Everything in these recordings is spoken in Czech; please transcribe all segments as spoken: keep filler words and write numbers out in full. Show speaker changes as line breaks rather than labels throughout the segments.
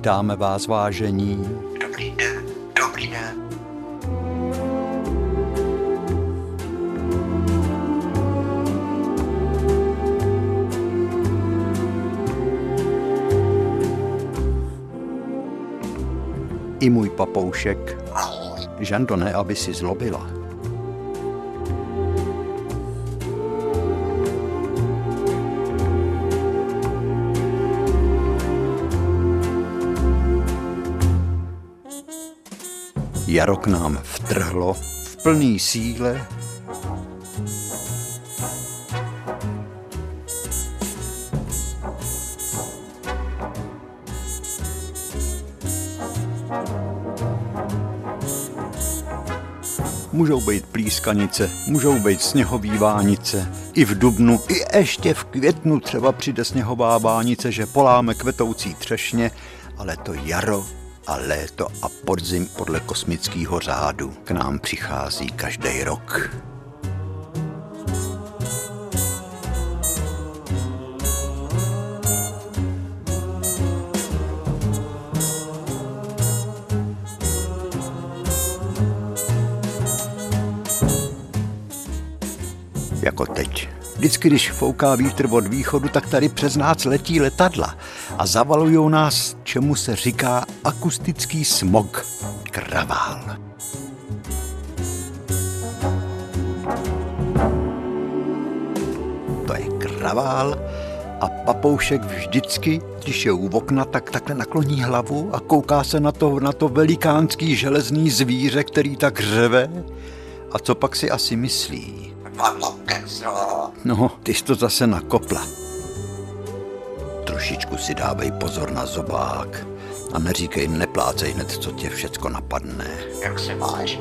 Vítáme vás, vážení.
Dobrý den, dobrý den.
I můj papoušek. Žando, ne, aby si zlobila. Jaro k nám vtrhlo v plný síle. Můžou být plískanice, můžou být sněhový vánice, i v dubnu, i ještě v květnu třeba přijde sněhová vánice, že poláme kvetoucí třešně, ale to jaro a léto a podzim podle kosmického řádu k nám přichází každý rok. Jako teď. Vždycky, když fouká vítr od východu, tak tady přes nás letí letadla a zavalujou nás, čemu se říká akustický smog. Kravál. To je kravál a papoušek vždycky, když je u okna, tak takhle nakloní hlavu a kouká se na to, na to velikánský železný zvíře, který tak řve. A co pak si asi myslí? No, ty jsi to zase nakopla. Trošičku si dávej pozor na zobák a neříkej, neplácej hned, co tě všecko napadne.
Jak se máš?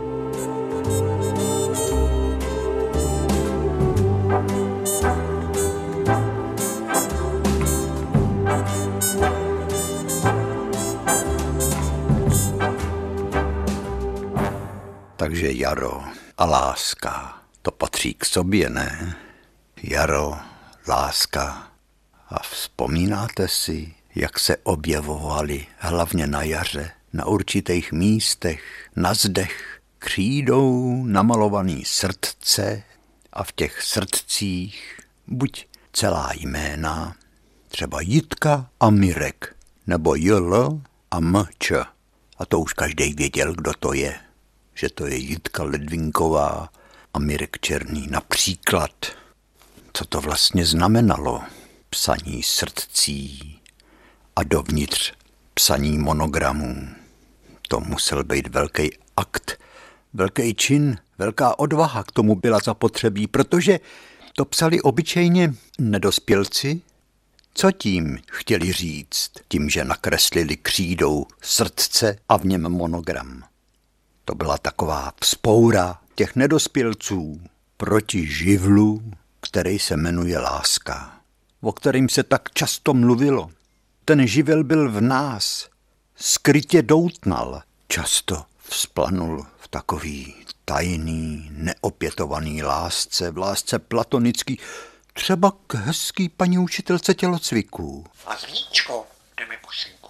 Takže jaro a láska. To patří k sobě, ne? Jaro, láska. A vzpomínáte si, jak se objevovali hlavně na jaře, na určitých místech, na zdech, křídou namalovaný srdce a v těch srdcích buď celá jména, třeba Jitka a Mirek, nebo Jl a Mč. A to už každej věděl, kdo to je. Že to je Jitka Ledvinková a Mirek Černý například. Co to vlastně znamenalo? Psaní srdcí a dovnitř psaní monogramů. To musel být velký akt, velký čin, velká odvaha k tomu byla zapotřebí, protože to psali obyčejně nedospělci. Co tím chtěli říct? Tím, že nakreslili křídou srdce a v něm monogram. To byla taková vzpoura těch nedospělců proti živlu, který se jmenuje láska, o kterým se tak často mluvilo. Ten živel byl v nás, skrytě doutnal, často vzplanul v takový tajný, neopětovaný lásce, v lásce platonický, třeba k hezký paní učitelce tělocviků.
A zvíčko, jde mi pusinku.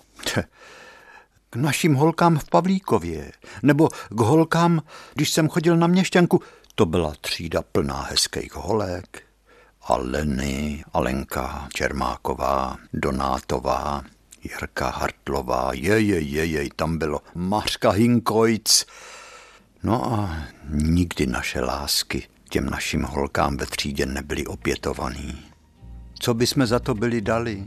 K našim holkám v Pavlíkově, nebo k holkám, když jsem chodil na měšťanku, to byla třída plná hezkých holek. A Leny, Alenka Čermáková, Donátová, Jirka Hartlová, jejej, jejej, tam bylo Mařka Hinkojc. No a nikdy naše lásky těm našim holkám ve třídě nebyly opětovaný. Co bychom za to byli dali?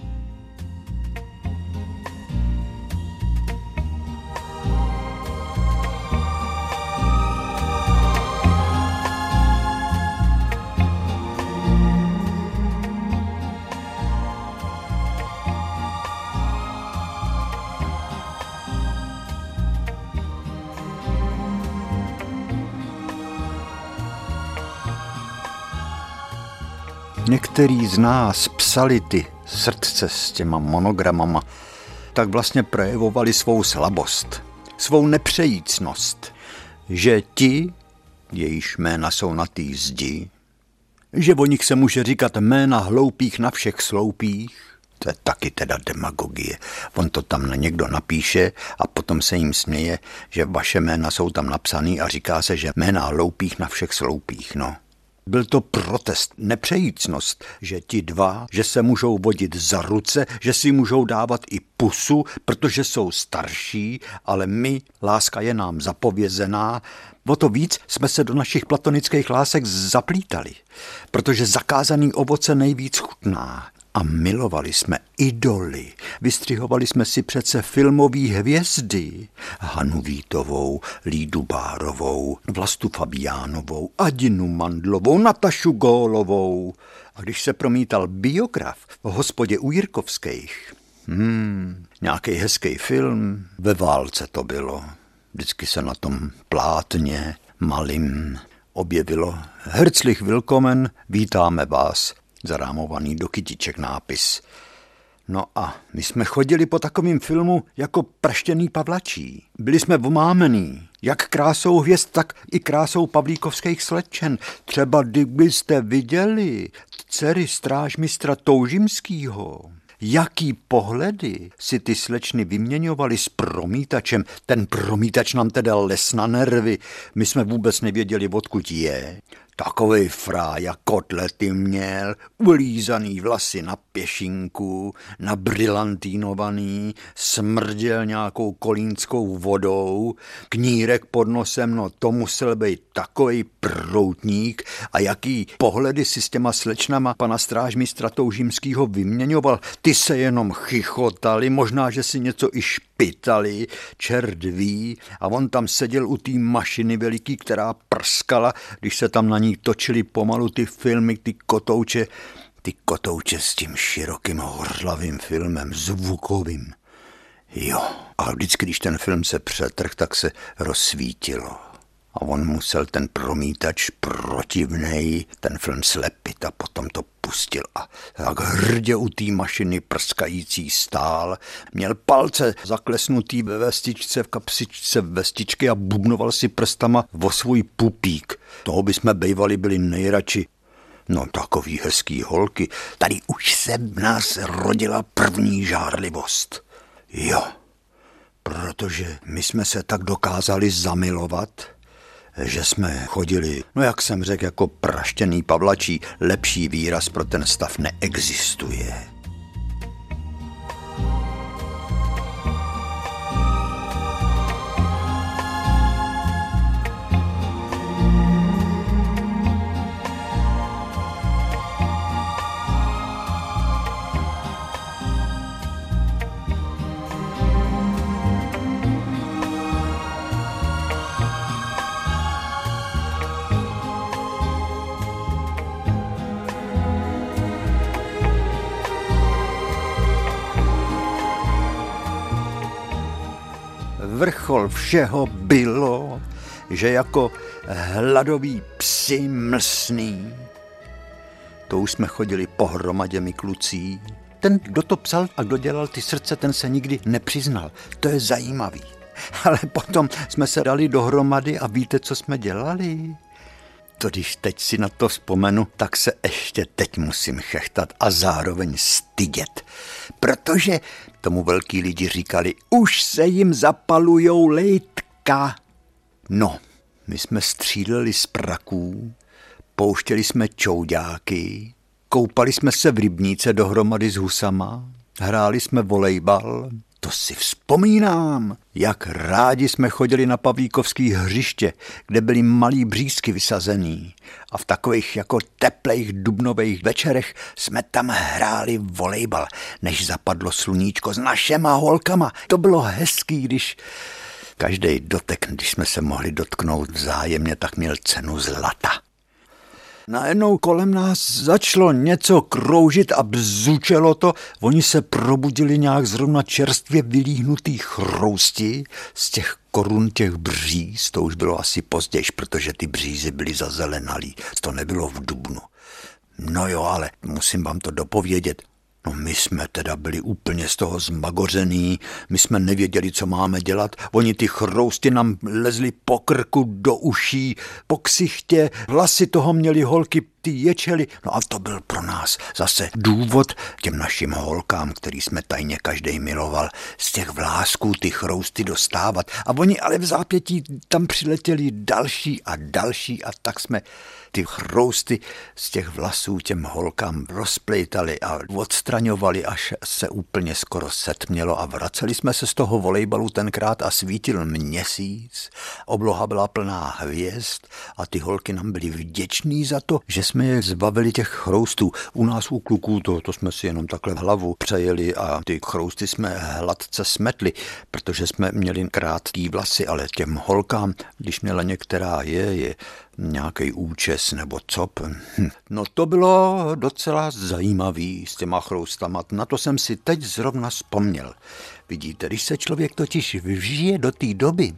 Některý z nás psali ty srdce s těma monogramama, tak vlastně projevovali svou slabost, svou nepřejícnost, že ti, jejíž jména jsou na té zdi, že o nich se může říkat jména hloupých na všech sloupích, To je taky teda demagogie. On to tam někdo napíše a potom se jim směje, že vaše jména jsou tam napsaný a říká se, že jména hloupých na všech sloupých, no. Byl to protest, nepřejícnost, že ti dva, že se můžou vodit za ruce, že si můžou dávat i pusu, protože jsou starší, ale my, láska je nám zapovězená. O to víc jsme se do našich platonických lásek zaplítali, protože zakázaný ovoce nejvíc chutná. A milovali jsme idoly, vystřihovali jsme si přece filmový hvězdy. Hanu Vítovou, Lídu Bárovou, Vlastu Fabiánovou, Adinu Mandlovou, Natašu Gólovou. A když se promítal biograf v hospodě u Jirkovských, hmm, nějaký hezký film, ve válce to bylo. Vždycky se na tom plátně malým objevilo Herzlich willkommen, vítáme vás. Zarámovaný do kytiček nápis. No a my jsme chodili po takovým filmu jako praštěný pavlačí. Byli jsme omámený, jak krásou hvězd, tak i krásou pavlíkovských slečen. Třeba kdybyste viděli dcery strážmistra Toužimskýho. Jaký pohledy si ty slečny vyměňovaly s promítačem. Ten promítač nám teda les na nervy. My jsme vůbec nevěděli, odkud je. Takovej frája kotlety měl, ulízaný vlasy na pěšinku, nabrilantínovaný, smrděl nějakou kolínskou vodou, knírek pod nosem, no to musel být takovej proutník a jaký pohledy si s těma slečnama pana strážmistra Toužimskýho vyměňoval. Ty se jenom chichotali, možná, že si něco i špitali, čert ví, a on tam seděl u té mašiny veliký, která prskala, když se tam na ní točili pomalu ty filmy, ty kotouče, ty kotouče s tím širokým hořlavým filmem, zvukovým. Jo, a vždycky, když ten film se přetrh, tak se rozsvítilo. A on musel ten promítač protivnej, ten film slepit a potom to pustil a tak hrdě u té mašiny prskající stál. Měl palce zaklesnutý ve vestičce, v kapsičce vestičky a bubnoval si prstama o svůj pupík. Toho bychom bejvali byli nejradši. No takový hezký holky. Tady už se v nás rodila první žárlivost. Jo, protože my jsme se tak dokázali zamilovat, že jsme chodili, no jak jsem řekl, jako praštěný pavlačí, lepší výraz pro ten stav neexistuje. Vrchol všeho bylo, že jako hladoví psi mlsný, to už jsme chodili pohromadě my klucí. Ten, kdo to psal a kdo dělal ty srdce, ten se nikdy nepřiznal. To je zajímavý. Ale potom jsme se dali dohromady a víte, co jsme dělali? To když teď si na to vzpomenu, tak se ještě teď musím chechtat a zároveň stydět. Protože tomu velký lidi říkali, už se jim zapalujou lejtka. No, my jsme stříleli z praků, pouštěli jsme čouďáky, koupali jsme se v rybníce dohromady s husama, hráli jsme volejbal. To si vzpomínám, jak rádi jsme chodili na Pavlíkovský hřiště, kde byly malý břízky vysazený a v takových jako teplejch dubnových večerech jsme tam hráli volejbal, než zapadlo sluníčko s našema holkama. To bylo hezký, když každý dotek, když jsme se mohli dotknout vzájemně, tak měl cenu zlata. Najednou kolem nás začalo něco kroužit a bzučelo to. Oni se probudili nějak zrovna čerstvě vylíhnutý chrousti z těch korun těch bříz. To už bylo asi později, protože ty břízy byly zazelenalý. To nebylo v dubnu. No jo, ale musím vám to dopovědět. No my jsme teda byli úplně z toho zmagořený, my jsme nevěděli, co máme dělat. Oni ty chrousti nám lezli po krku, do uší, po ksichtě, vlasy toho měli holky, ty ječely. No a to byl pro nás zase důvod těm našim holkám, který jsme tajně každej miloval, z těch vlásků ty chrousty dostávat. A oni ale v zápětí tam přiletěli další a další a tak jsme ty chrousty z těch vlasů těm holkám rozplejtali a odstraňovali, až se úplně skoro setmělo a vraceli jsme se z toho volejbalu tenkrát a svítil měsíc, obloha byla plná hvězd a ty holky nám byly vděční za to, že jsme je zbavili těch chroustů. U nás u kluků to, to jsme si jenom takhle hlavu přejeli a ty chrousty jsme hladce smetli, protože jsme měli krátký vlasy, ale těm holkám, když měla některá je, je nějaký účes nebo cop. Hm. No to bylo docela zajímavý s těma chroustama. Na to jsem si teď zrovna vzpomněl. Vidíte, když se člověk totiž vžije do té doby.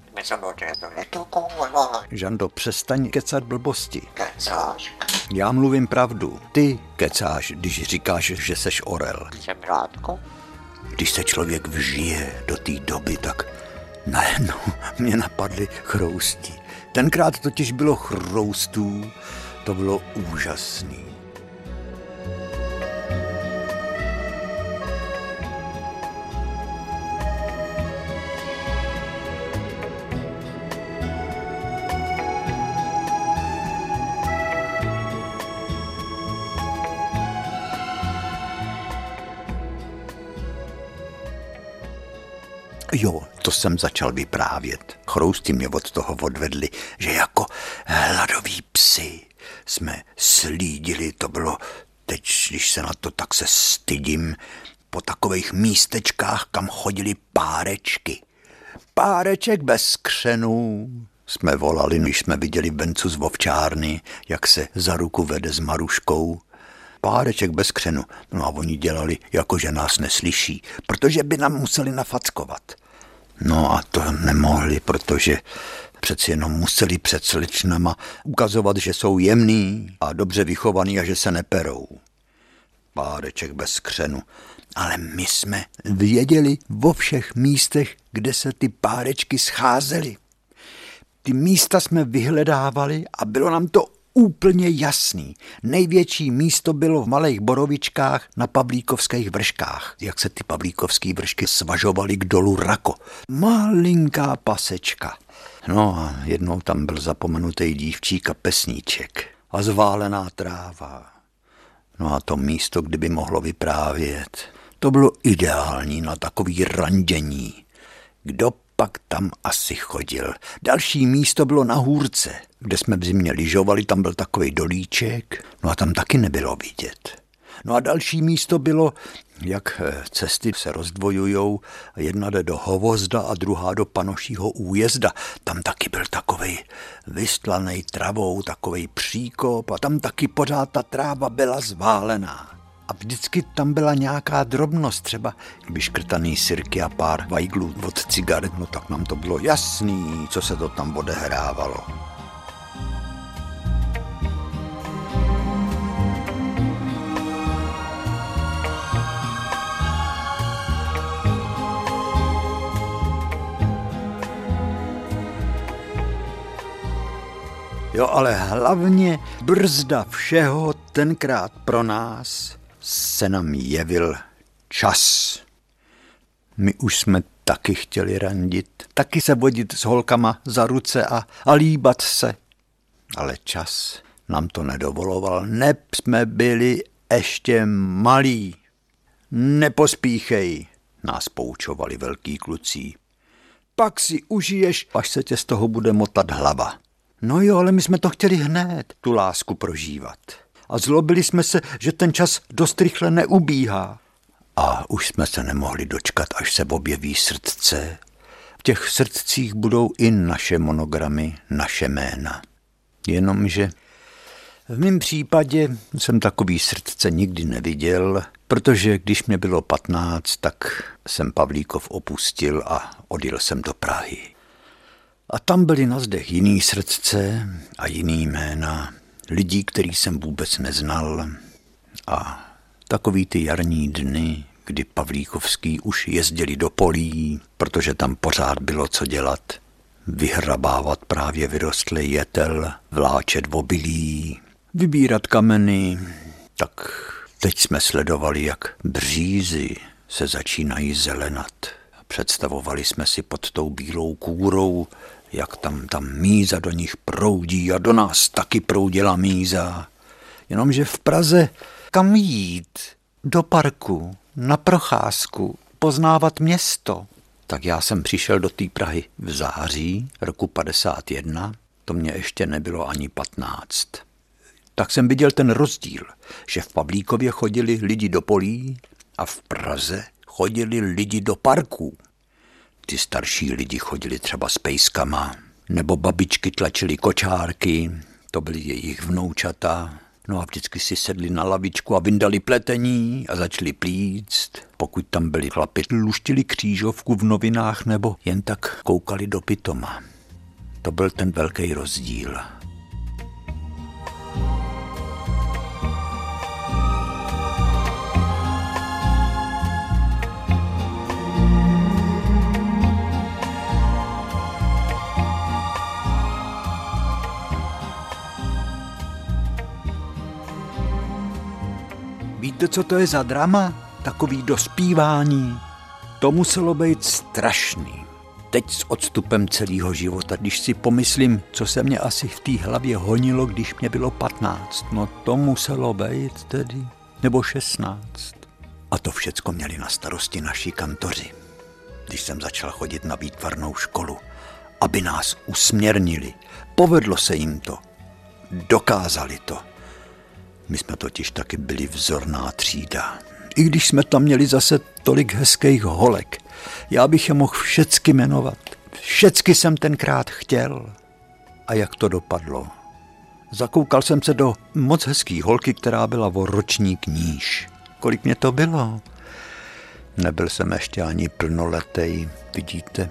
Žando, přestaň kecat blbosti.
Kecáš.
Já mluvím pravdu. Ty kecáš, když říkáš, že seš orel.
Jsem Rádko.
Když se člověk vžije do té doby, tak najednou mě napadly chrousti. Tenkrát totiž bylo chroustů, to bylo úžasný. Jo, to jsem začal vyprávět. Chrousti mě od toho odvedli, že jako hladoví psi jsme slídili, to bylo, teď, když se na to tak se stydím, po takových místečkách, kam chodili párečky. Páreček bez křenů, jsme volali, když jsme viděli Bencu z ovčárny, jak se za ruku vede s Maruškou. Páreček bez křenu. No a oni dělali, jako že nás neslyší, protože by nám museli nafackovat. No a to nemohli, protože přeci jenom museli před slečnama ukazovat, že jsou jemný a dobře vychovaný a že se neperou. Páreček bez křenu. Ale my jsme věděli vo všech místech, kde se ty párečky scházely. Ty místa jsme vyhledávali a bylo nám to úplně jasný. Největší místo bylo v Malých Borovičkách na Pavlíkovských vrškách. Jak se ty Pavlíkovský vršky svažovaly k dolu Rako. Malinká pasečka. No a jednou tam byl zapomenutý dívčík a pesníček. A zválená tráva. No a to místo, kdyby mohlo vyprávět, to bylo ideální na takový randění. Kdo pak tam asi chodil. Další místo bylo na Hůrce, kde jsme v zimě lyžovali, tam byl takovej dolíček, no a tam taky nebylo vidět. No a další místo bylo, jak cesty se rozdvojujou, jedna jde do Hovozda a druhá do Panošího Újezda. Tam taky byl takovej vystlanej travou, takovej příkop a tam taky pořád ta tráva byla zválená. A vždycky tam byla nějaká drobnost, třeba vyškrtaný sirky a pár vajglů od cigaret, no tak nám to bylo jasný, co se to tam odehrávalo. Jo, ale hlavně brzda všeho tenkrát pro nás se nám jevil čas. My už jsme taky chtěli randit, taky se vodit s holkama za ruce a, a líbat se. Ale čas nám to nedovoloval, neb jsme byli ještě malí. Nepospíchej, nás poučovali velký kluci. Pak si užiješ, až se tě z toho bude motat hlava. No jo, ale my jsme to chtěli hned, tu lásku prožívat. A zlobili jsme se, že ten čas dost rychle neubíhá. A už jsme se nemohli dočkat, až se objeví srdce. V těch srdcích budou i naše monogramy, naše jména. Jenomže v mém případě jsem takový srdce nikdy neviděl, protože když mě bylo patnáct, tak jsem Pavlíkov opustil a odjel jsem do Prahy. A tam byly na zdech jiný srdce a jiný jména, lidí, který jsem vůbec neznal. A Takový ty jarní dny, kdy Pavlíkovský už jezdili do polí, protože tam pořád bylo co dělat. Vyhrabávat právě vyrostlý jetel, vláčet obilí, vybírat kameny. Tak teď jsme sledovali, jak břízy se začínají zelenat. Představovali jsme si pod tou bílou kůrou, jak tam ta míza do nich proudí a do nás taky proudila míza. Jenomže v Praze kam jít? Do parku, na procházku, poznávat město. Tak já jsem přišel do té Prahy v září roku padesát jedna, to mě ještě nebylo ani patnáct. Tak jsem viděl ten rozdíl, že v Pavlíkově chodili lidi do polí a v Praze chodili lidi do parků. Ty starší lidi chodili třeba s pejskama, nebo babičky tlačily kočárky, to byly jejich vnoučata. No a vždycky si sedli na lavičku a vyndali pletení a začali plíct. Pokud tam byli chlapi, luštili křížovku v novinách nebo jen tak koukali do pitoma. To byl ten velký rozdíl. Víte, co to je za drama? Takový dospívání. To muselo být strašný. Teď s odstupem celého života, když si pomyslím, co se mě asi v té hlavě honilo, když mě bylo patnáct. No to muselo být tedy, nebo šestnáct. A to všecko měli na starosti naši kantoři. Když jsem začal chodit na výtvarnou školu, aby nás usměrnili. Povedlo se jim to. Dokázali to. My jsme totiž taky byli vzorná třída. I když jsme tam měli zase tolik hezkých holek. Já bych je mohl všecky jmenovat. Všecky jsem tenkrát chtěl. A jak to dopadlo? Zakoukal jsem se do moc hezký holky, která byla o ročník níž. Kolik mě to bylo? Nebyl jsem ještě ani plnoletej, vidíte?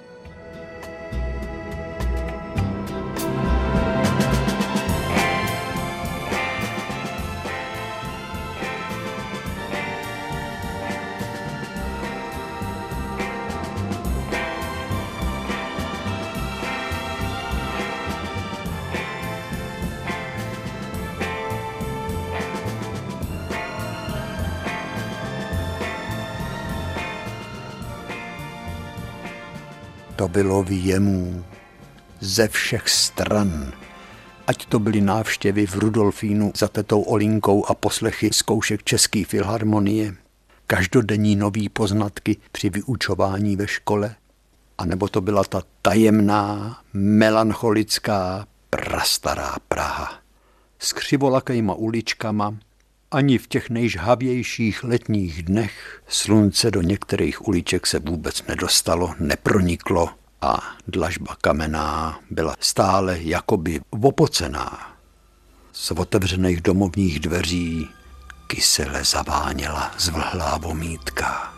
To bylo výjemů ze všech stran. Ať to byly návštěvy v Rudolfínu za tetou Olinkou a poslechy zkoušek České filharmonie, každodenní nový poznatky při vyučování ve škole, anebo to byla ta tajemná, melancholická, prastará Praha. S křivolakejma uličkama, ani v těch nejžhavějších letních dnech slunce do některých uliček se vůbec nedostalo, neproniklo a dlažba kamenná byla stále jakoby opocená. Z otevřených domovních dveří kysele zaváněla zvlhlá vomítka.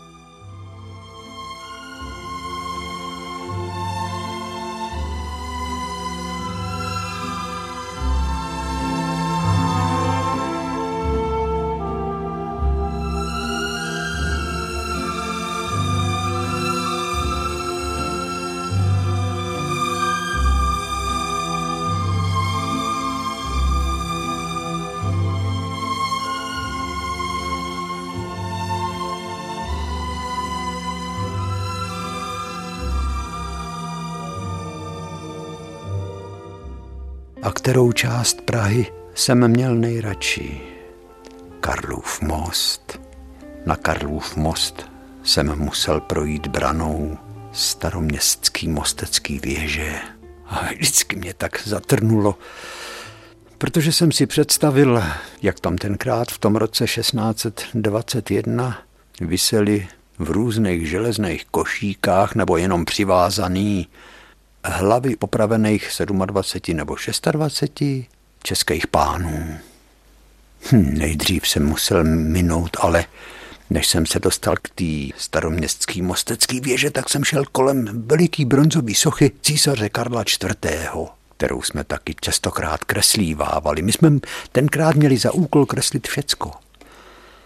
A kterou část Prahy jsem měl nejradši? Karlův most. Na Karlův most jsem musel projít branou staroměstský mostecký věže. A vždycky mě tak zatrnulo, protože jsem si představil, jak tam tenkrát v tom roce šestnáct dvacet jedna visely v různých železných košíkách nebo jenom přivázaný hlavy popravených dvacet sedm nebo dvacet šest českých pánů. Hm, nejdřív jsem musel minout, ale než jsem se dostal k té staroměstský mostecký věže, tak jsem šel kolem veliký bronzový sochy císaře Karla čtvrtého., kterou jsme taky častokrát kreslívávali. My jsme tenkrát měli za úkol kreslit všecko.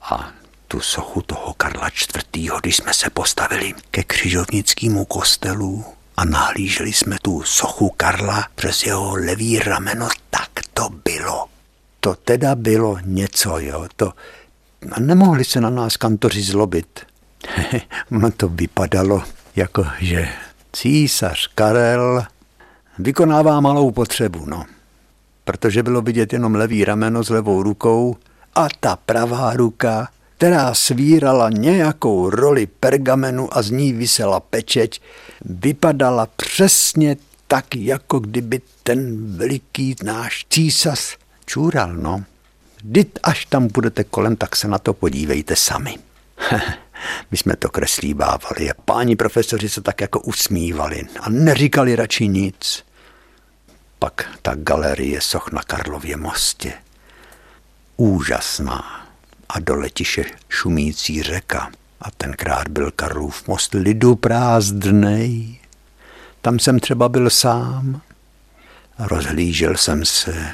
A tu sochu toho Karla čtvrtého., když jsme se postavili ke křižovnickému kostelu a nahlíželi jsme tu sochu Karla přes jeho levý rameno, tak to bylo. To teda bylo něco, jo. To nemohli se na nás kantoři zlobit. Ono to vypadalo jako, že císař Karel vykonává malou potřebu, no. Protože bylo vidět jenom levý rameno s levou rukou a ta pravá ruka, která svírala nějakou roli pergamenu a z ní visela pečeť, vypadala přesně tak, jako kdyby ten veliký náš císař čůral, no. Vždyť až tam budete kolem, tak se na to podívejte sami. My jsme to kreslívávali a páni profesoři se tak jako usmívali a neříkali radši nic. Pak ta galerie soch na Karlově mostě. Úžasná. A dole tiše šumící řeka. A tenkrát byl Karlův most lidu prázdnej. Tam jsem třeba byl sám. A rozhlížel jsem se.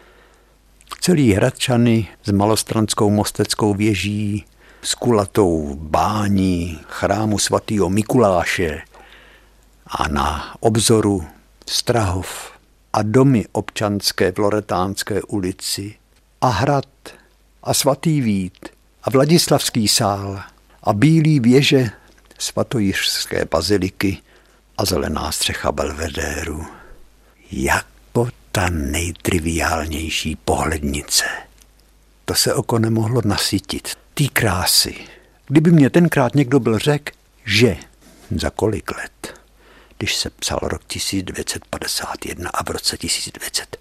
Celý Hradčany s malostranskou mosteckou věží, s kulatou bání chrámu svatého Mikuláše a na obzoru Strahov a domy občanské v Loretánské ulici a hrad a svatý Vít a Vladislavský sál a bílý věže svatojiřské baziliky a zelená střecha belvedéru. Jako ta nejtriviálnější pohlednice. To se oko nemohlo nasytit. Tý krásy. Kdyby mě tenkrát někdo byl řekl, že za kolik let, když se psal rok tisíc devět set padesát jedna a v roce tisíc devět set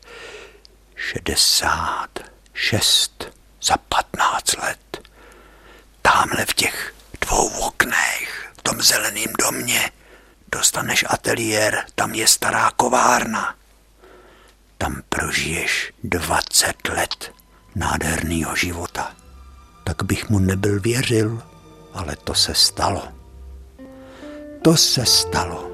šedesát šest, za patnáct let, tamhle v těch dvou oknech, v tom zeleném domě, dostaneš ateliér, tam je stará kovárna. Tam prožiješ dvacet let nádhernýho života. Tak bych mu nebyl věřil, ale to se stalo. To se stalo.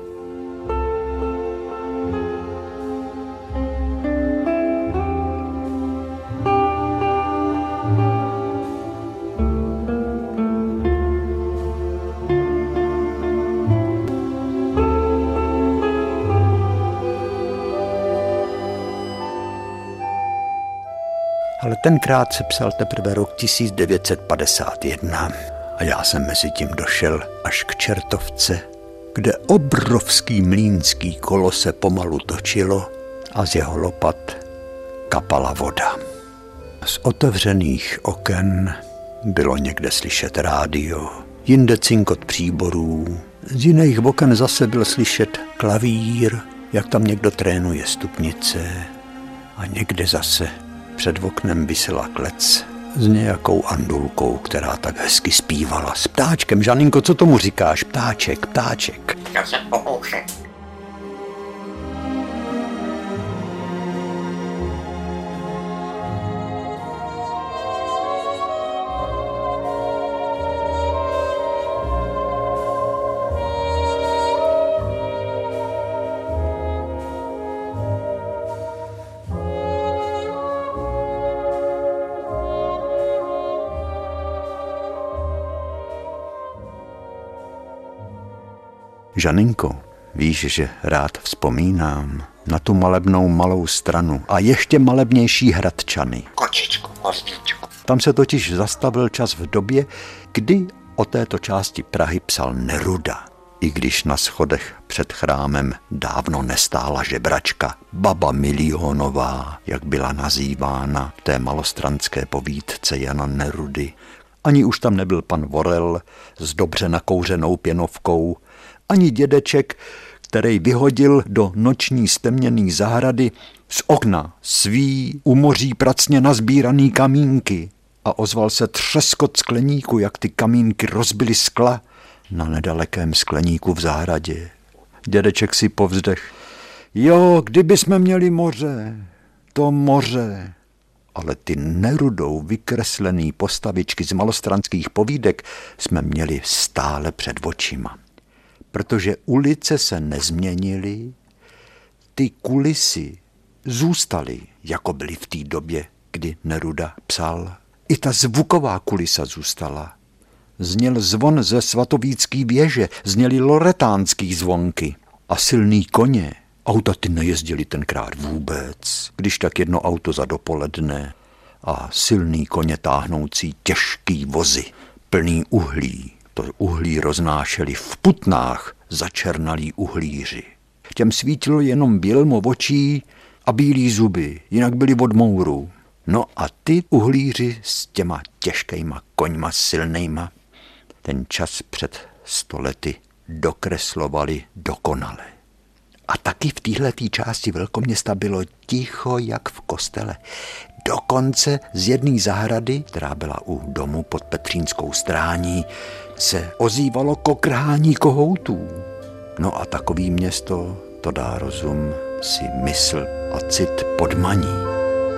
Ale tenkrát se psal teprve rok tisíc devět set padesát jedna a já jsem mezi tím došel až k Čertovce, kde obrovský mlýnský kolo se pomalu točilo a z jeho lopat kapala voda. Z otevřených oken bylo někde slyšet rádio, jinde cinkot příborů, z jiných oken zase byl slyšet klavír, jak tam někdo trénuje stupnice a někde zase před oknem visela klec s nějakou andulkou, která tak hezky zpívala. S ptáčkem. Žaninko, co tomu říkáš? Ptáček, ptáček.
Já se pokouším.
Žaninko, víš, že rád vzpomínám na tu malebnou malou stranu a ještě malebnější Hradčany.
Kočičku, kozdíčku.
Tam se totiž zastavil čas v době, kdy o této části Prahy psal Neruda. I když na schodech před chrámem dávno nestála žebračka, baba Milionová, jak byla nazývána v té malostranské povídce Jana Nerudy. Ani už tam nebyl pan Vorel s dobře nakouřenou pěnovkou, ani dědeček, který vyhodil do noční stemněný zahrady z okna svý u moří pracně nazbíraný kamínky a ozval se třeskot skleníku, jak ty kamínky rozbily skla na nedalekém skleníku v zahradě. Dědeček si povzdech. Jo, kdyby jsme měli moře, to moře. Ale ty Nerudou vykreslený postavičky z malostranských povídek jsme měli stále před očima. Protože ulice se nezměnily, ty kulisy zůstaly, jako byly v té době, kdy Neruda psal. I ta zvuková kulisa zůstala. Zněl zvon ze svatovícký věže, zněly loretánský zvonky a silný koně. Auta ty nejezdili tenkrát vůbec, když tak jedno auto za dopoledne a silný koně táhnoucí těžký vozy, plný uhlí. To uhlí roznášeli v putnách začernalí uhlíři. Těm svítilo jenom bělmo očí a bílý zuby, jinak byli od mourů. No a ty uhlíři s těma těžkýma koňma silnejma ten čas před stolety dokreslovali dokonale. A taky v téhletý části velkoměsta bylo ticho jak v kostele. Dokonce z jedné zahrady, která byla u domu pod Petřínskou strání, se ozývalo kokrhání kohoutů. No a takový město, to dá rozum, si mysl a cit podmaní.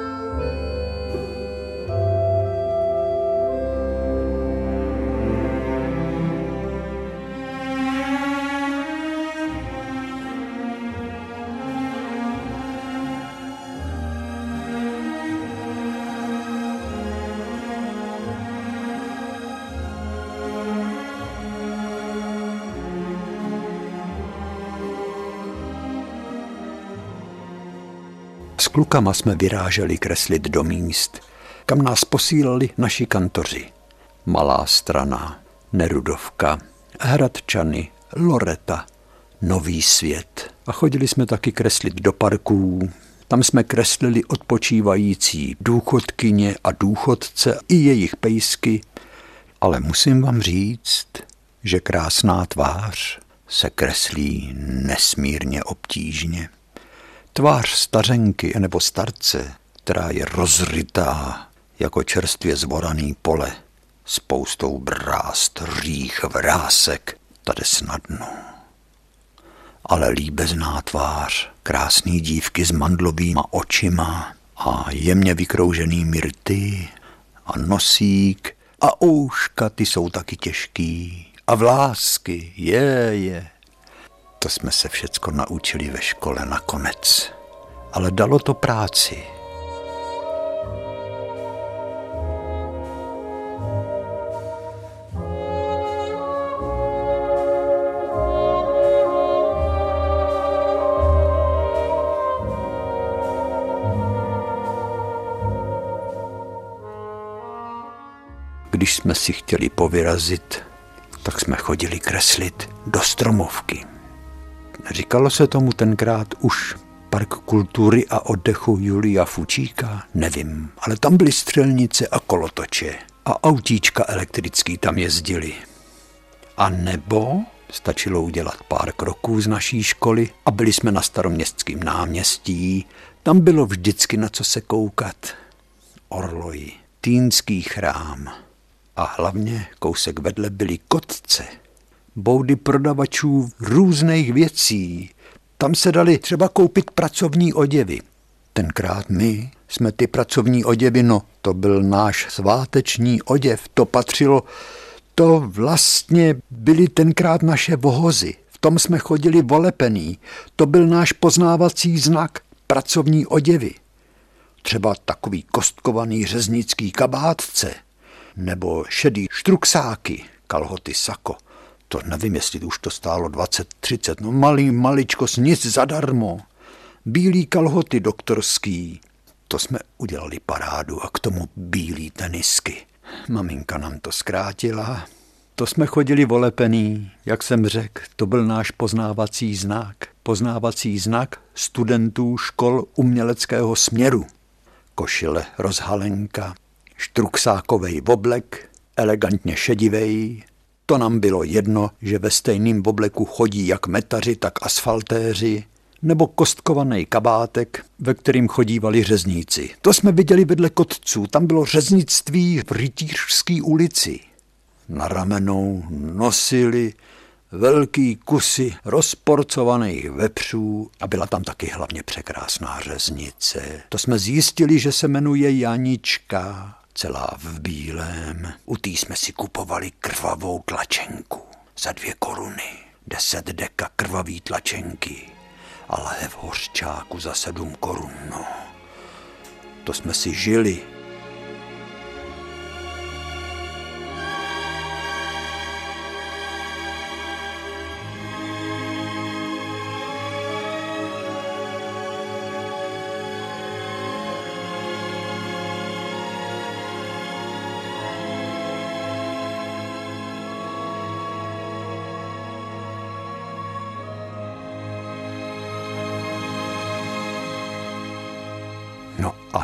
S klukama jsme vyráželi kreslit do míst, kam nás posílali naši kantoři. Malá Strana, Nerudovka, Hradčany, Loreta, Nový Svět. A chodili jsme taky kreslit do parků. Tam jsme kreslili odpočívající důchodkyně a důchodce i jejich pejsky. Ale musím vám říct, že krásná tvář se kreslí nesmírně obtížně. Tvář stařenky nebo starce, která je rozrytá jako čerstvě zvoraný pole, spoustou brást, rých, vrásek, tady snadno. Ale líbezná tvář, krásný dívky s mandlovýma očima a jemně vykroužený rty a nosík a ouška, ty jsou taky těžký a vlásky, je, je. To jsme se všecko naučili ve škole nakonec, ale dalo to práci. Když jsme si chtěli povyrazit, tak jsme chodili kreslit do Stromovky. Říkalo se tomu tenkrát už Park kultury a oddechu Julia Fučíka? Nevím, ale tam byly střelnice a kolotoče a autíčka elektrický tam jezdili. A nebo stačilo udělat pár kroků z naší školy a byli jsme na Staroměstském náměstí. Tam bylo vždycky na co se koukat. Orloji, Týnský chrám a hlavně kousek vedle byly Kotce. Boudy prodavačů různých věcí. Tam se dali třeba koupit pracovní oděvy. Tenkrát my jsme ty pracovní oděvy, no to byl náš sváteční oděv, to patřilo, to vlastně byly tenkrát naše vohozy. V tom jsme chodili volepený, to byl náš poznávací znak, pracovní oděvy. Třeba takový kostkovaný řeznický kabátce, nebo šedý štruksáky, kalhoty sako. To nevím, jestli už to stálo dvacet třicet, no malý maličkos, nic zadarmo. Bílý kalhoty doktorský, to jsme udělali parádu a k tomu bílý tenisky. Maminka nám to zkrátila, to jsme chodili volepený, jak jsem řekl, to byl náš poznávací znak. Poznávací znak studentů škol uměleckého směru. Košile rozhalenka, štruksákovej oblek, elegantně šedivej. To nám bylo jedno, že ve stejném obleku chodí jak metaři, tak asfaltéři, nebo kostkovaný kabátek, ve kterým chodívali řezníci. To jsme viděli vedle Kotců, tam bylo řeznictví v Rytířské ulici. Na ramenou nosili velký kusy rozporcovaných vepřů a byla tam taky hlavně překrásná řeznice. To jsme zjistili, že se jmenuje Janička. Celá v bílém. U tý jsme si kupovali krvavou tlačenku za dvě koruny. Deset deka krvavý tlačenky a lahev hořčáku za sedm korun. No. To jsme si žili.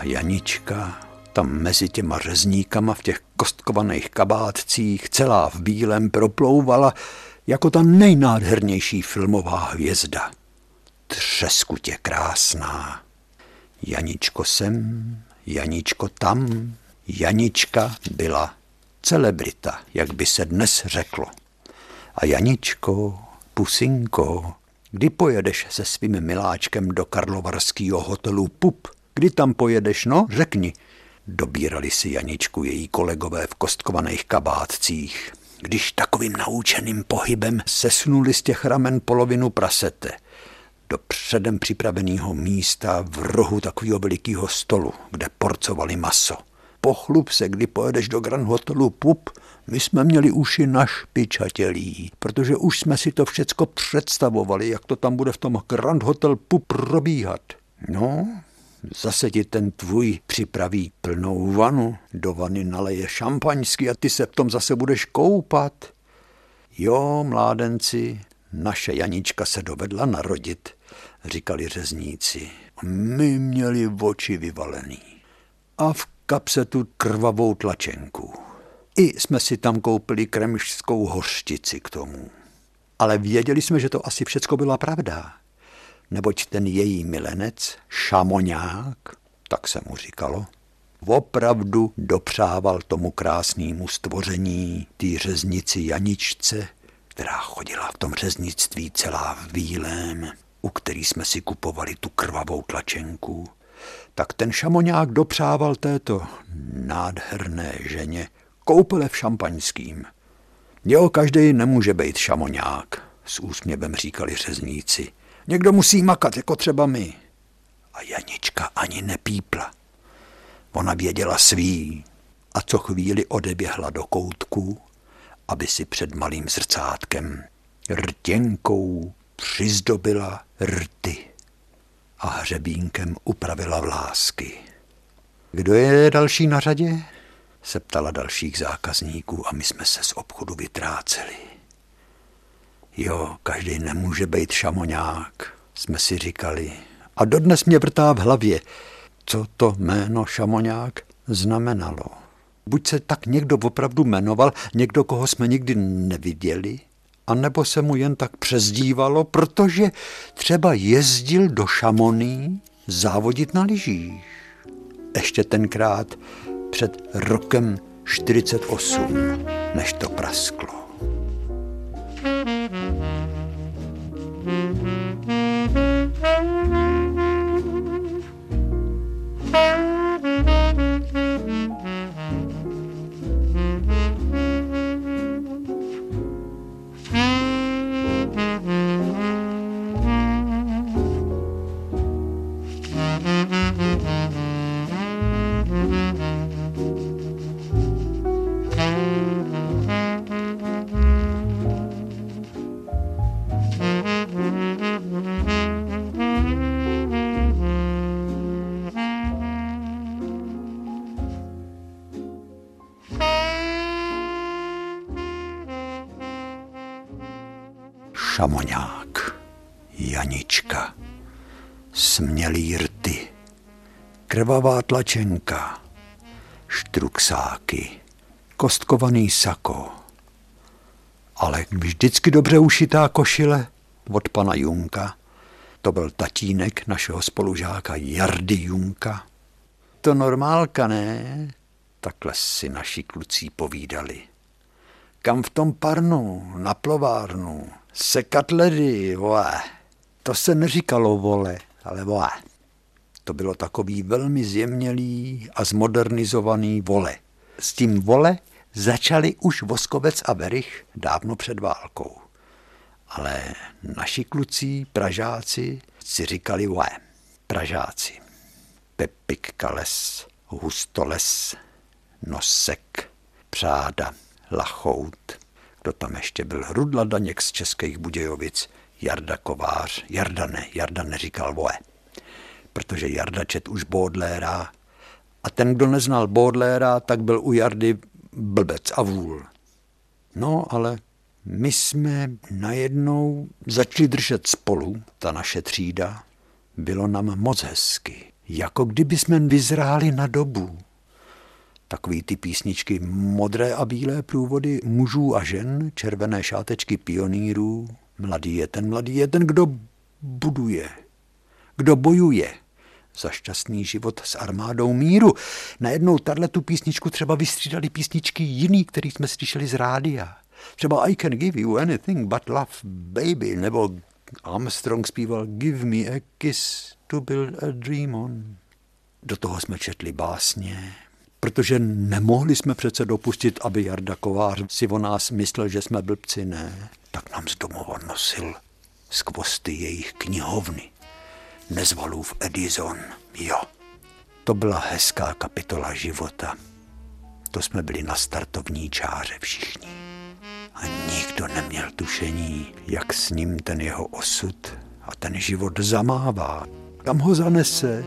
A Janička tam mezi těma řezníkama v těch kostkovaných kabátcích, celá v bílém, proplouvala jako ta nejnádhernější filmová hvězda. Třeskutě krásná. Janičko sem, Janičko tam. Janička byla celebrita, jak by se dnes řeklo. A Janičko, pusinko, kdy pojedeš se svým miláčkem do karlovarského hotelu Pup? Kdy tam pojedeš, no, řekni. Dobírali si Janičku její kolegové v kostkovaných kabátcích, když takovým naučeným pohybem sesunuli z těch ramen polovinu prasete do předem připraveného místa v rohu takového velikého stolu, kde porcovali maso. Pochlup se, kdy pojedeš do Grand Hotelu Pup, my jsme měli uši našpičatělí, protože už jsme si to všecko představovali, jak to tam bude v tom Grand Hotel Pup probíhat. No, zase ti ten tvůj připraví plnou vanu, do vany naleje šampaňský a ty se v tom zase budeš koupat. Jo, mládenci, naše Janička se dovedla narodit, říkali řezníci. My měli oči vyvalený a v kapse tu krvavou tlačenku. I jsme si tam koupili kremšskou hořčici k tomu. Ale věděli jsme, že to asi všecko byla pravda. Neboť ten její milenec, Šamoňák, tak se mu říkalo, opravdu dopřával tomu krásnému stvoření, té řeznici Janičce, která chodila v tom řeznictví celá v bílém, u který jsme si kupovali tu krvavou tlačenku, tak ten Šamoňák dopřával této nádherné ženě koupele v šampaňským. Jo, každý nemůže být Šamoňák, s úsměvem říkali řezníci. Někdo musí makat, jako třeba my. A Janička ani nepípla. Ona věděla svý a co chvíli odeběhla do koutku, aby si před malým zrcátkem rtěnkou přizdobila rty a hřebínkem upravila vlásky. Kdo je další na řadě? Se ptala dalších zákazníků a my jsme se z obchodu vytráceli. Jo, každý nemůže být Šamoňák, jsme si říkali. A dodnes mě vrtá v hlavě, co to jméno Šamoňák znamenalo. Buď se tak někdo opravdu jmenoval, někdo, koho jsme nikdy neviděli, anebo se mu jen tak přezdívalo, protože třeba jezdil do Šamoný závodit na lyžích. Ještě tenkrát před rokem čtyřicet osm, než to prasklo. Šamoňák, Janička, smělý rty, krvavá tlačenka, štruksáky, kostkovaný sako, ale vždycky dobře ušitá košile od pana Junka. To byl tatínek našeho spolužáka Jardy Junka. To normálka, ne? Takhle si naši kluci povídali. Kam v tom parnu, na plovárnu, sekat ledy, vole. To se neříkalo vole, ale vole. To bylo takový velmi zjemnělý a zmodernizovaný vole. S tím vole začali už Voskovec a Werich dávno před válkou. Ale naši kluci, Pražáci, si říkali vole. Pražáci. Pepik Kales, Hustoles, Nosek, Přáda, Lachout, kdo tam ještě byl, Rudla Daněk z Českých Budějovic, Jarda Kovář, Jarda ne, Jarda neříkal voe, protože Jarda čet už Baudelaira a ten, kdo neznal Baudelaira, tak byl u Jardy blbec a vůl. No, ale my jsme najednou začali držet spolu, ta naše třída, bylo nám moc hezky. Jako kdyby jsme vyzráli na dobu. Takový ty písničky, modré a bílé průvody mužů a žen, červené šátečky pionýrů. Mladý je ten, mladý je ten, kdo buduje, kdo bojuje za šťastný život s armádou míru. Najednou tato písničku třeba vystřídali písničky jiný, který jsme slyšeli z rádia. Třeba I can give you anything but love, baby, nebo Armstrong zpíval Give me a kiss to build a dream on. Do toho jsme četli básně, protože nemohli jsme přece dopustit, aby Jarda Kovář si o nás myslel, že jsme blbci, ne. Tak nám z domova nosil skvosty jejich knihovny. Nezvalův Edison, jo. To byla hezká kapitola života. To jsme byli na startovní čáře všichni. A nikdo neměl tušení, jak s ním ten jeho osud a ten život zamává. Kam ho zanese?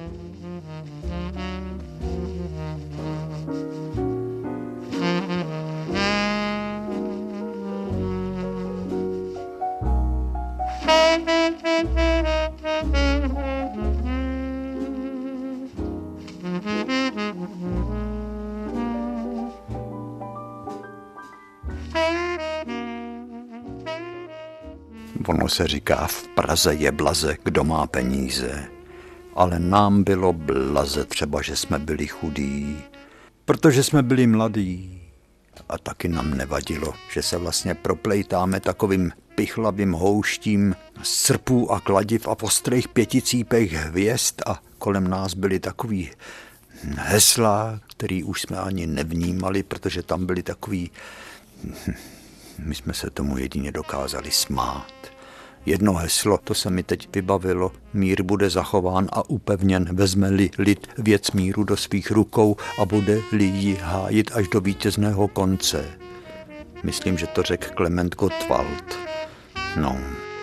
Ono se říká, v Praze je blaze, kdo má peníze. Ale nám bylo blaze třeba, že jsme byli chudí, protože jsme byli mladí. A taky nám nevadilo, že se vlastně proplejtáme takovým pichlavým houštím srpů a kladiv a ostrých pěticípech hvězd a kolem nás byli takový hesla, který už jsme ani nevnímali, protože tam byli takový... My jsme se tomu jedině dokázali smát. Jedno heslo, to se mi teď vybavilo, mír bude zachován a upevněn, vezme-li lid věc míru do svých rukou a bude-li ji hájit až do vítězného konce. Myslím, že to řekl Klement Gottwald. No...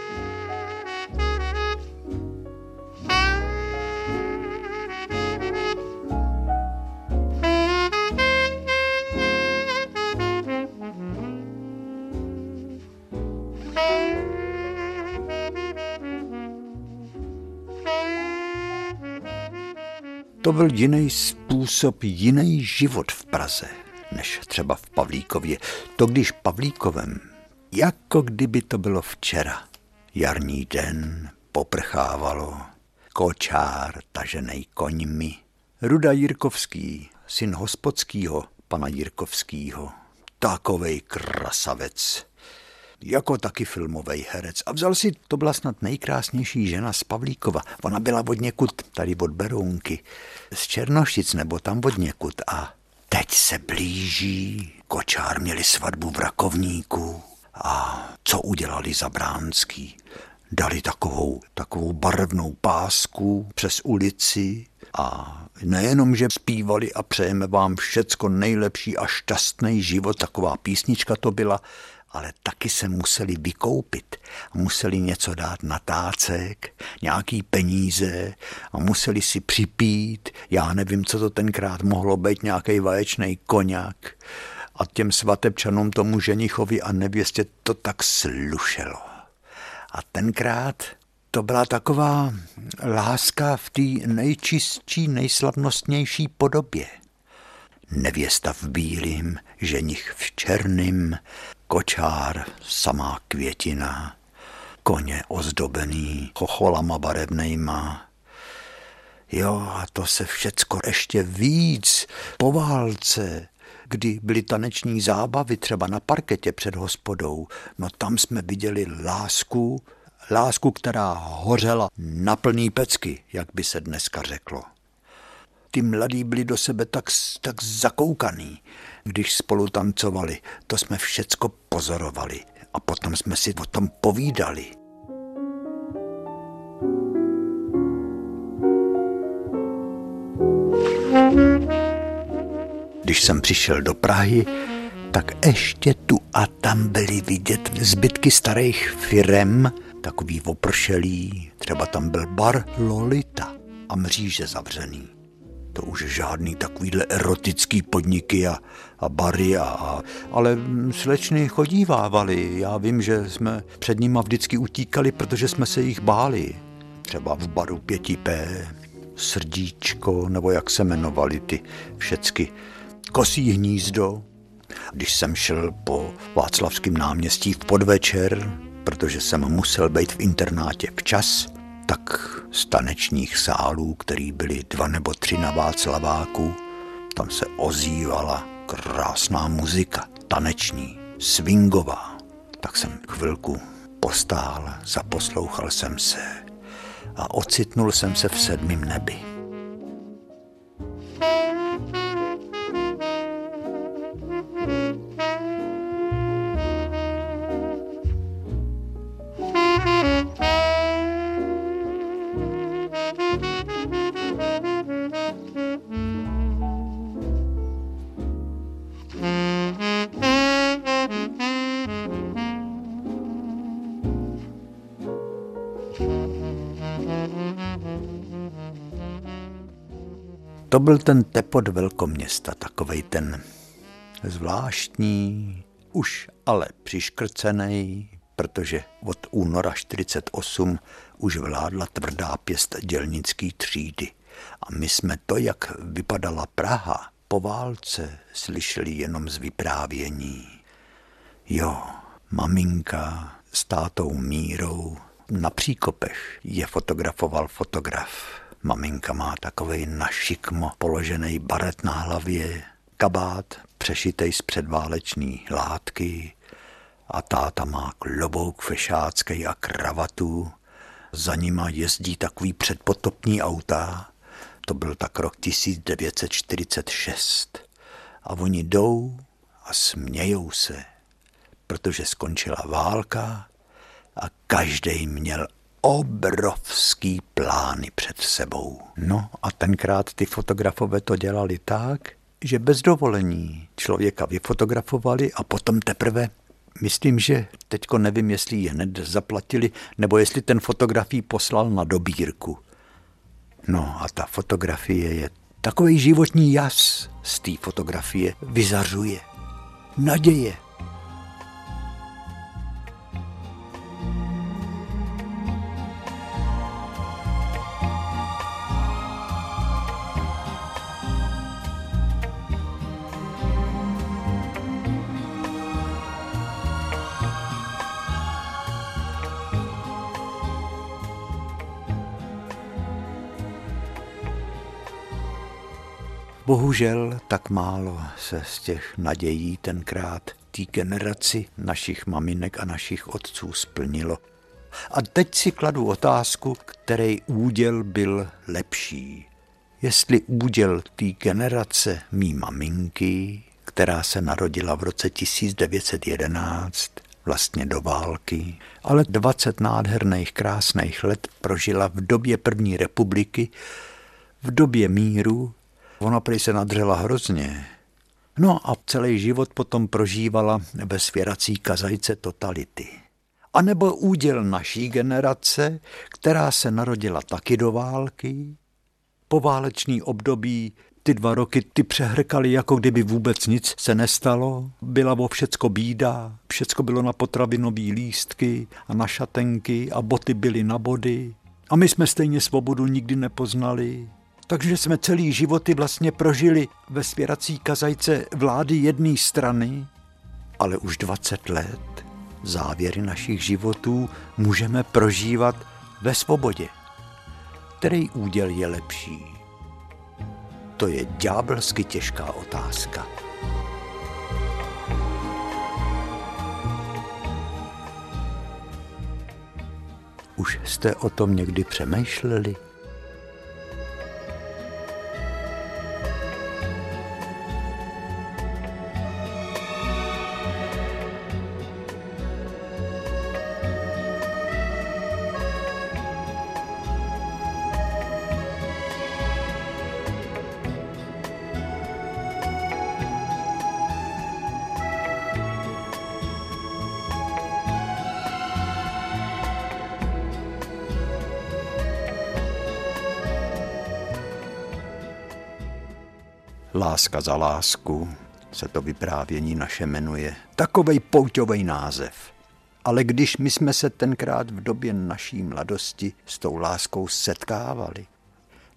To byl jiný způsob, jiný život v Praze, než třeba v Pavlíkově. To když Pavlíkovem, jako kdyby to bylo včera. Jarní den, poprchávalo, kočár taženej koňmi. Ruda Jirkovský, syn hospodskýho, pana Jirkovskýho, takovej krasavec. Jako taky filmový herec. A vzal si, to byla snad nejkrásnější žena z Pavlíkova. Ona byla od někud, tady od Berounky, z Černošic nebo tam od někud. A teď se blíží, kočár měli svatbu v Rakovníku. A co udělali Zabránský? Dali takovou, takovou barevnou pásku přes ulici a nejenom, že zpívali a přejeme vám všecko nejlepší a šťastný život, taková písnička to byla, ale taky se museli vykoupit a museli něco dát na tácek, nějaký peníze a museli si připít, já nevím, co to tenkrát mohlo být, nějaký vaječnej koňak a těm svatebčanům, tomu ženichovi a nevěstě to tak slušelo. A tenkrát to byla taková láska v té nejčistší, nejslavnostnější podobě. Nevěsta v bílým, ženich v černým, kočár, samá květina, koně ozdobený chocholama barevnejma. Jo, a to se všecko ještě víc po válce, kdy byly taneční zábavy třeba na parketě před hospodou, no tam jsme viděli lásku, lásku, která hořela na plný pecky, jak by se dneska řeklo. Ty mladí byli do sebe tak, tak zakoukaný, když spolu tancovali. To jsme všecko pozorovali a potom jsme si o tom povídali. Když jsem přišel do Prahy, tak ještě tu a tam byly vidět zbytky starých firem, takový opršelý, třeba tam byl bar Lolita a mříže zavřený. To už žádný takovýhle erotický podniky a, a bary, a, a, ale slečny chodívávali. Já vím, že jsme před nima vždycky utíkali, protože jsme se jich báli. Třeba v baru pět pé Srdíčko, nebo jak se jmenovaly ty všecky, Kosí hnízdo. Když jsem šel po Václavském náměstí v podvečer, protože jsem musel být v internátě včas, tak z tanečních sálů, který byly dva nebo tři na Václaváku, tam se ozývala krásná muzika, taneční, swingová. Tak jsem chvilku postál, zaposlouchal jsem se a ocitnul jsem se v sedmém nebi. To byl ten Tepot velkoměsta, takovej ten zvláštní, už ale přiškrcenej, protože od února čtyřicet osm už vládla tvrdá pěst dělnický třídy. A my jsme to, jak vypadala Praha po válce, slyšeli jenom z vyprávění. Jo, maminka s tátou Mírou na Příkopech je fotografoval fotograf. Maminka má takovej na šikmo položený baret na hlavě, kabát přešitej z předválečný látky a táta má klobouk fešáckej a kravatu. Za nima jezdí takový předpotopní auta. To byl tak rok tisíc devět set čtyřicet šest. A oni jdou a smějou se, protože skončila válka a každej měl obrovský plány před sebou. No a tenkrát ty fotografové to dělali tak, že bez dovolení člověka vyfotografovali a potom teprve, myslím, že teďko nevím, jestli ji hned zaplatili, nebo jestli ten fotografii poslal na dobírku. No a ta fotografie je takovej životní jas z té fotografie vyzařuje. Naděje. Bohužel tak málo se z těch nadějí tenkrát té generaci našich maminek a našich otců splnilo. A teď si kladu otázku, který úděl byl lepší. Jestli úděl té generace mý maminky, která se narodila v roce tisíc devět set jedenáct, vlastně do války, ale dvacet nádherných, krásných let prožila v době první republiky, v době míru. Ona prý se nadřela hrozně. No a celý život potom prožívala ve svěrací kazajce totality. A nebo úděl naší generace, která se narodila taky do války. Poválečný období, ty dva roky, ty přehrkali, jako kdyby vůbec nic se nestalo. Byla vo všecko bída, všecko bylo na potravinový lístky a na šatenky a boty byly na body. A my jsme stejně svobodu nikdy nepoznali. Takže jsme celý životy vlastně prožili ve svěrací kazajce vlády jedné strany, ale už dvacet let závěry našich životů můžeme prožívat ve svobodě. Který úděl je lepší? To je ďábelsky těžká otázka. Už jste o tom někdy přemýšleli? Láska za lásku se to vyprávění naše jmenuje. Takovej pouťovej název. Ale když my jsme se tenkrát v době naší mladosti s tou láskou setkávali,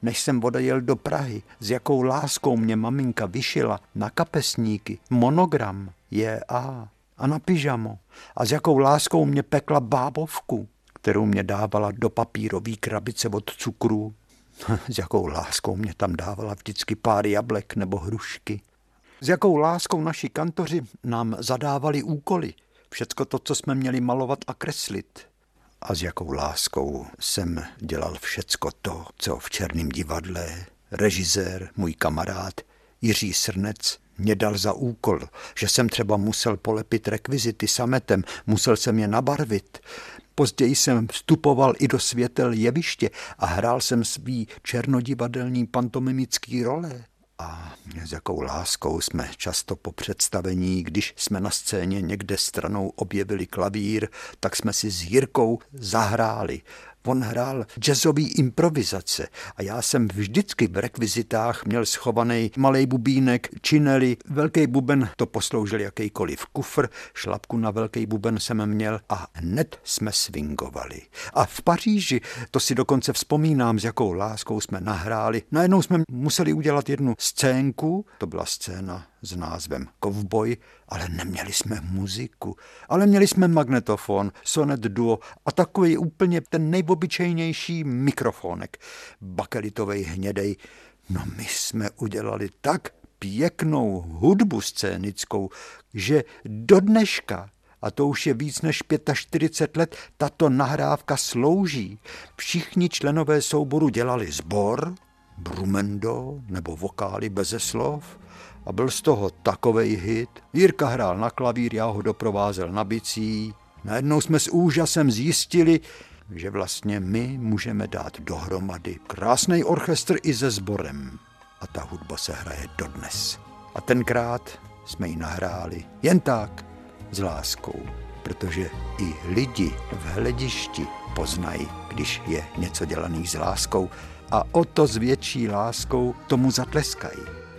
než jsem odejel do Prahy, s jakou láskou mě maminka vyšila na kapesníky monogram J A a na pyžamo a s jakou láskou mě pekla bábovku, kterou mě dávala do papírové krabice od cukru. S jakou láskou mě tam dávala vždycky pár jablek nebo hrušky. S jakou láskou naši kantoři nám zadávali úkoly, všecko to, co jsme měli malovat a kreslit. A s jakou láskou jsem dělal všecko to, co v Černém divadle režisér, můj kamarád Jiří Srnec, mě dal za úkol, že jsem třeba musel polepit rekvizity sametem, musel jsem je nabarvit. Později jsem vstupoval i do světel jeviště a hrál jsem svý černodivadelní pantomimický role. A s jakou láskou jsme často po představení, když jsme na scéně někde stranou objevili klavír, tak jsme si s Jirkou zahráli. On hrál jazzový improvizace a já jsem vždycky v rekvizitách měl schovaný malej bubínek, činely, velký buben, to posloužil jakýkoliv kufr, šlapku na velký buben jsem měl a hned jsme swingovali. A v Paříži, to si dokonce vzpomínám, s jakou láskou jsme nahráli. Najednou jsme museli udělat jednu scénku, to byla scéna s názvem Kovboj, ale neměli jsme muziku, ale měli jsme magnetofon, Sonet Duo a takový úplně ten nejobyčejnější mikrofonek, bakelitovej hnědej. No my jsme udělali tak pěknou hudbu scénickou, že do dneška, a to už je víc než čtyřicet pět let, tato nahrávka slouží. Všichni členové souboru dělali sbor, brumendo nebo vokály beze slov, a byl z toho takovej hit. Jirka hrál na klavír, já ho doprovázel na bicí. Najednou jsme s úžasem zjistili, že vlastně my můžeme dát dohromady krásný orchestr i se sborem. A ta hudba se hraje dodnes. A tenkrát jsme ji nahráli jen tak, s láskou, protože i lidi v hledišti poznají, když je něco dělaný s láskou a o to s větší láskou tomu zatleskají.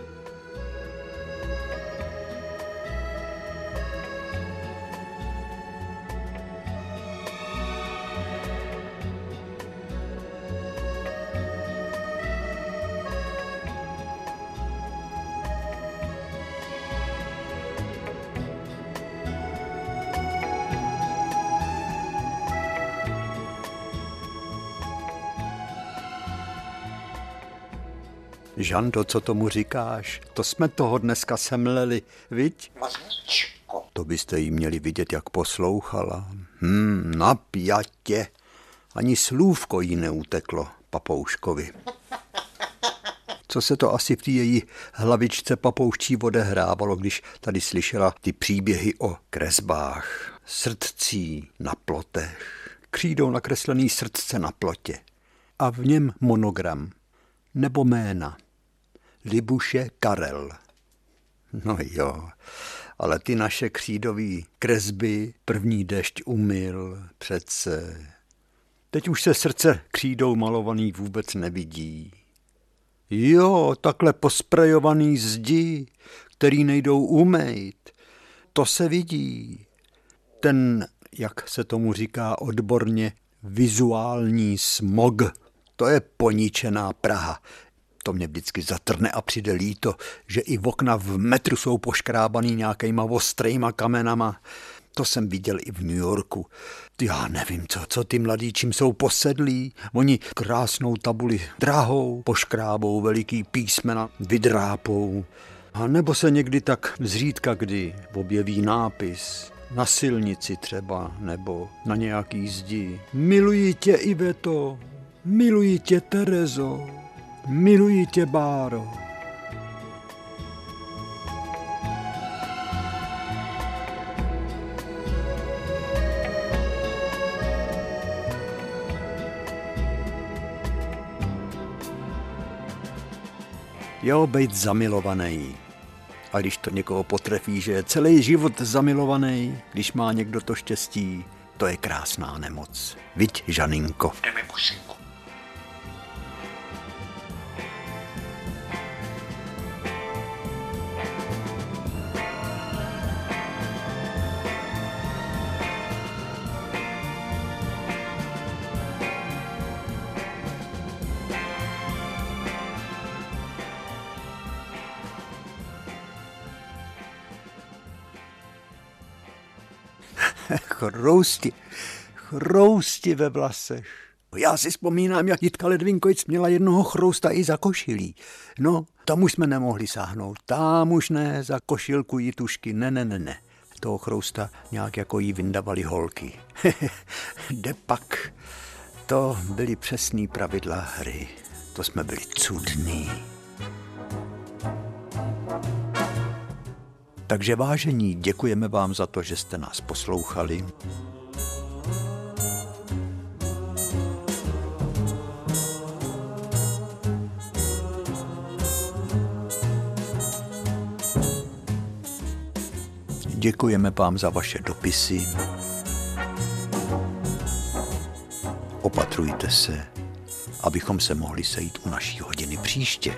Žando, co tomu říkáš? To jsme toho dneska semleli, viď?
Mazlíčku.
To byste jí měli vidět, jak poslouchala. Hmm, napjatě. Ani slůvko jí neuteklo, papouškovi. Co se to asi v té její hlavičce papouščí odehrávalo, když tady slyšela ty příběhy o kresbách, srdcí na plotech, křídou nakreslený srdce na plotě a v něm monogram nebo jména. Libuše Karel. No jo, ale ty naše křídový kresby první dešť umyl přece. Teď už se srdce křídou malovaný vůbec nevidí. Jo, takhle posprejovaný zdi, který nejdou umejt, to se vidí. Ten, jak se tomu říká odborně, vizuální smog, to je poničená Praha. To mě vždycky zatrne a přijde líto, že i okna v metru jsou poškrábaný nějakýma ostrejma kamenama. To jsem viděl i v New Yorku. Já nevím, co, co ty mladí, čím jsou posedlí. Oni krásnou tabuli drahou, poškrábou veliký písmena, vydrápou. A nebo se někdy tak zřídka kdy objeví nápis na silnici třeba, nebo na nějaký zdi. Miluji tě, Iveto, miluji tě, Terezo, miluji tě, Báro. Jo, být zamilovaný. A když to někoho potrefí, že je celý život zamilovaný, když má někdo to štěstí, to je krásná nemoc. Viď, Žaninko?
Jdeme pusinku.
Chrousti, chrousti ve vlasech. Já si vzpomínám, jak Jitka Ledvinkovic měla jednoho chrousta i za košilí. No, tam už jsme nemohli sáhnout. Tam už ne, za košilku Jitušky. Ne, ne, ne, ne. Toho chrousta nějak jako jí vyndavali holky. Depak. To byly přesný pravidla hry. To jsme byli cudní. Takže vážení, děkujeme vám za to, že jste nás poslouchali. Děkujeme vám za vaše dopisy. Opatrujte se, abychom se mohli sejít u naší hodiny příště.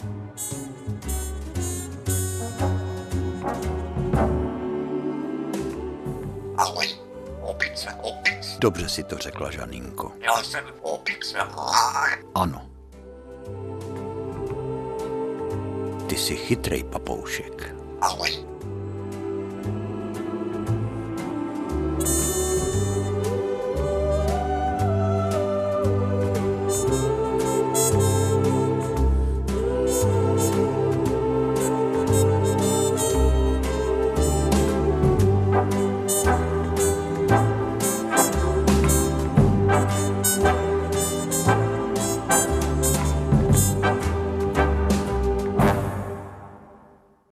Ahoj, opice, opice.
Dobře si to řekla, Žaninko.
Já jsem opice.
Ano. Ty jsi chytrej papoušek.
Ahoj.